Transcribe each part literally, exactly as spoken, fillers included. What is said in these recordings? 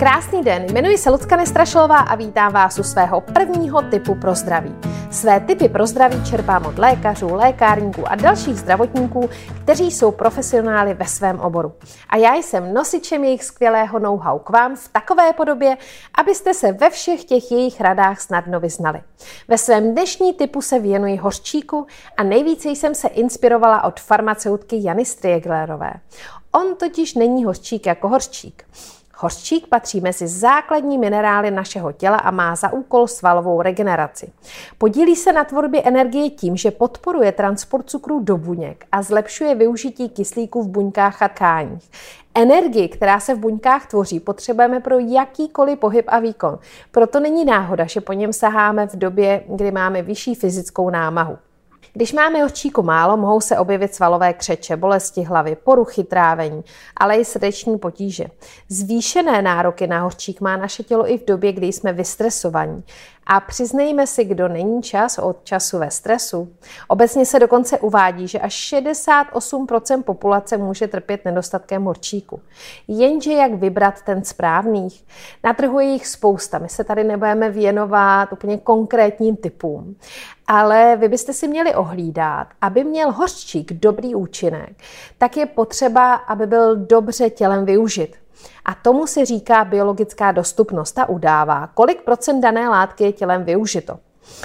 Krásný den, jmenuji se Lucka Nestrašilová a vítám vás u svého prvního tipu pro zdraví. Své tipy pro zdraví čerpám od lékařů, lékárníků a dalších zdravotníků, kteří jsou profesionály ve svém oboru. A já jsem nosičem jejich skvělého know-how k vám v takové podobě, abyste se ve všech těch jejich radách snadno vyznali. Ve svém dnešní tipu se věnuji hořčíku a nejvíce jsem se inspirovala od farmaceutky Jany Strieglerové. On totiž není hořčík jako hořčík. Hořčík patří mezi základní minerály našeho těla a má za úkol svalovou regeneraci. Podílí se na tvorbě energie tím, že podporuje transport cukrů do buněk a zlepšuje využití kyslíku v buňkách a tkáních. Energii, která se v buňkách tvoří, potřebujeme pro jakýkoliv pohyb a výkon. Proto není náhoda, že po něm saháme v době, kdy máme vyšší fyzickou námahu. Když máme hořčíku málo, mohou se objevit svalové křeče, bolesti hlavy, poruchy trávení, ale i srdeční potíže. Zvýšené nároky na hořčík má naše tělo i v době, kdy jsme vystresovaní. A přiznejme si, kdo není čas od času ve stresu. Obecně se dokonce uvádí, že až šedesát osm procent populace může trpět nedostatkem hořčíku. Jenže jak vybrat ten správný? Na trhu je jich spousta, my se tady nebudeme věnovat úplně konkrétním typům. Ale vy byste si měli ohlídat, aby měl hořčík dobrý účinek, tak je potřeba, aby byl dobře tělem využit. A tomu se říká biologická dostupnost a udává, kolik procent dané látky je tělem využito.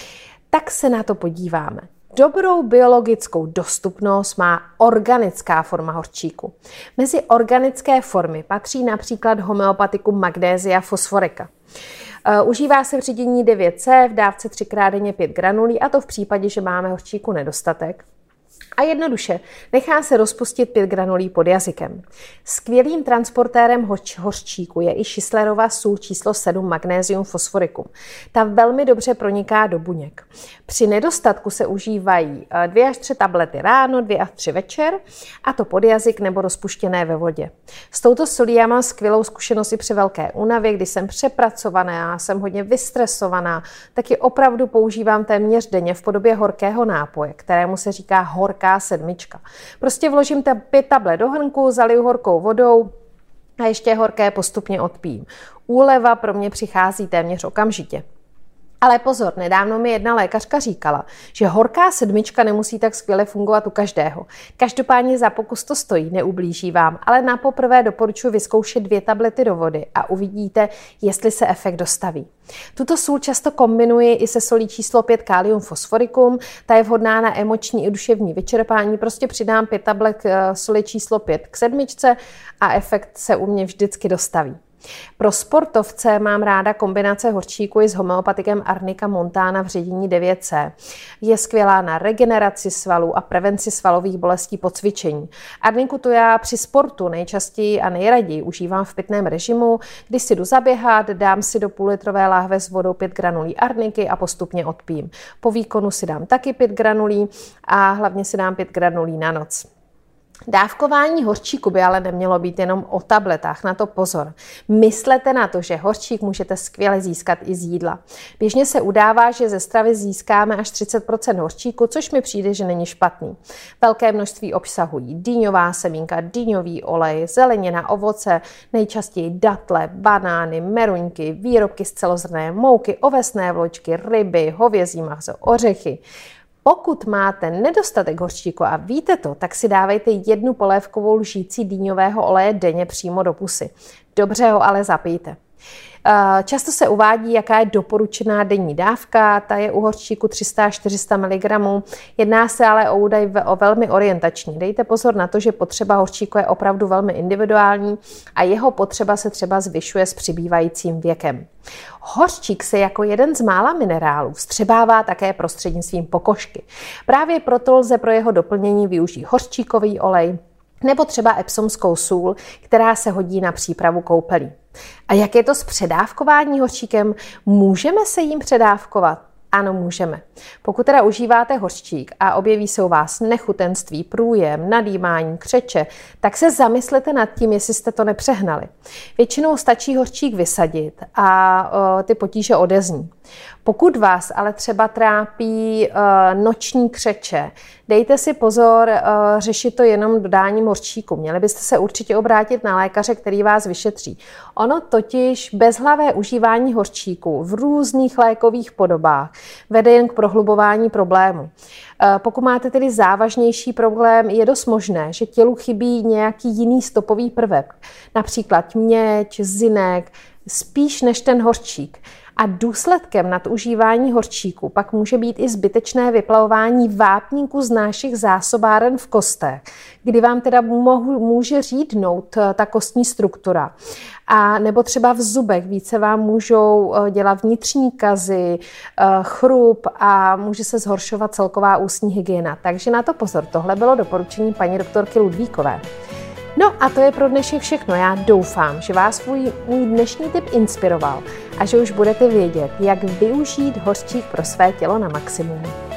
Tak se na to podíváme. Dobrou biologickou dostupnost má organická forma hořčíku. Mezi organické formy patří například homeopatikum magnésia fosforika. Užívá se v ředění devět C v dávce třikrát denně pět granulí, a to v případě, že máme hořčíku nedostatek. A jednoduše nechá se rozpustit pět granulí pod jazykem. Skvělým transportérem hoř, hořčíku je i Schistlerova sůl číslo sedm magnésium fosforicum. Ta velmi dobře proniká do buněk. Při nedostatku se užívají dvě až tři tablety ráno, dvě až tři večer, a to pod jazyk nebo rozpuštěné ve vodě. S touto solí já mám skvělou zkušenost i při velké únavě, kdy jsem přepracovaná, jsem hodně vystresovaná, taky opravdu používám téměř denně v podobě horkého nápoje, kterému se říká horká sedmička. Prostě vložím ta pět tablet do hrnku, zaliju horkou vodou a ještě horké postupně odpijím. Úleva pro mě přichází téměř okamžitě. Ale pozor, nedávno mi jedna lékařka říkala, že horká sedmička nemusí tak skvěle fungovat u každého. Každopádně za pokus to stojí, neublíží vám, ale na poprvé doporučuji vyzkoušet dvě tablety do vody a uvidíte, jestli se efekt dostaví. Tuto sůl často kombinuji i se solí číslo pět kalium fosforicum, ta je vhodná na emoční i duševní vyčerpání, prostě přidám pět tablet soli číslo pět k sedmičce a efekt se u mě vždycky dostaví. Pro sportovce mám ráda kombinace hořčíku i s homeopatikem Arnika montana v ředění devět C. Je skvělá na regeneraci svalů a prevenci svalových bolestí po cvičení. Arniku to já při sportu nejčastěji a nejraději užívám v pitném režimu, když si jdu zaběhat, dám si do půllitrové láhve s vodou pět granulí arniky a postupně odpijím. Po výkonu si dám taky pět granulí a hlavně si dám pět granulí na noc. Dávkování hořčíku by ale nemělo být jenom o tabletách, na to pozor. Myslete na to, že hořčík můžete skvěle získat i z jídla. Běžně se udává, že ze stravy získáme až třicet procent hořčíku, což mi přijde, že není špatný. Velké množství obsahují dýňová semínka, dýňový olej, zelenina, ovoce, nejčastěji datle, banány, meruňky, výrobky z celozrnné mouky, ovesné vločky, ryby, hovězí maso, ořechy. Pokud máte nedostatek hořčíku a víte to, tak si dávejte jednu polévkovou lžící dýňového oleje denně přímo do pusy. Dobře ho ale zapijte. Často se uvádí, jaká je doporučená denní dávka, ta je u hořčíku tři sta až čtyři sta miligramů. Jedná se ale o údaj o velmi orientační. Dejte pozor na to, že potřeba hořčíku je opravdu velmi individuální a jeho potřeba se třeba zvyšuje s přibývajícím věkem. Hořčík se jako jeden z mála minerálů vstřebává také prostřednictvím pokožky. Právě proto lze pro jeho doplnění využít hořčíkový olej nebo třeba epsomskou sůl, která se hodí na přípravu koupelí. A jak je to s předávkování hořčíkem? Můžeme se jim předávkovat? Ano, můžeme. Pokud teda užíváte hořčík a objeví se u vás nechutenství, průjem, nadýmání, křeče, tak se zamyslete nad tím, jestli jste to nepřehnali. Většinou stačí hořčík vysadit a uh, ty potíže odezní. Pokud vás ale třeba trápí uh, noční křeče, dejte si pozor uh, řešit to jenom dodáním hořčíku. Měli byste se určitě obrátit na lékaře, který vás vyšetří. Ono totiž bezhlavé užívání hořčíku v různých lékových podobách vede jen k prohlubování problému. Uh, pokud máte tedy závažnější problém, je dost možné, že tělu chybí nějaký jiný stopový prvek, například měď, zinek, spíš než ten hořčík. A důsledkem nadužívání hořčíku pak může být i zbytečné vyplavování vápníku z našich zásobáren v kostech, kdy vám teda může řídnout ta kostní struktura. A nebo třeba v zubech více vám můžou dělat vnitřní kazy, chrup a může se zhoršovat celková ústní hygiena. Takže na to pozor, tohle bylo doporučení paní doktorky Ludvíkové. No a to je pro dnešek všechno. Já doufám, že vás můj, můj dnešní tip inspiroval a že už budete vědět, jak využít hořčík pro své tělo na maximum.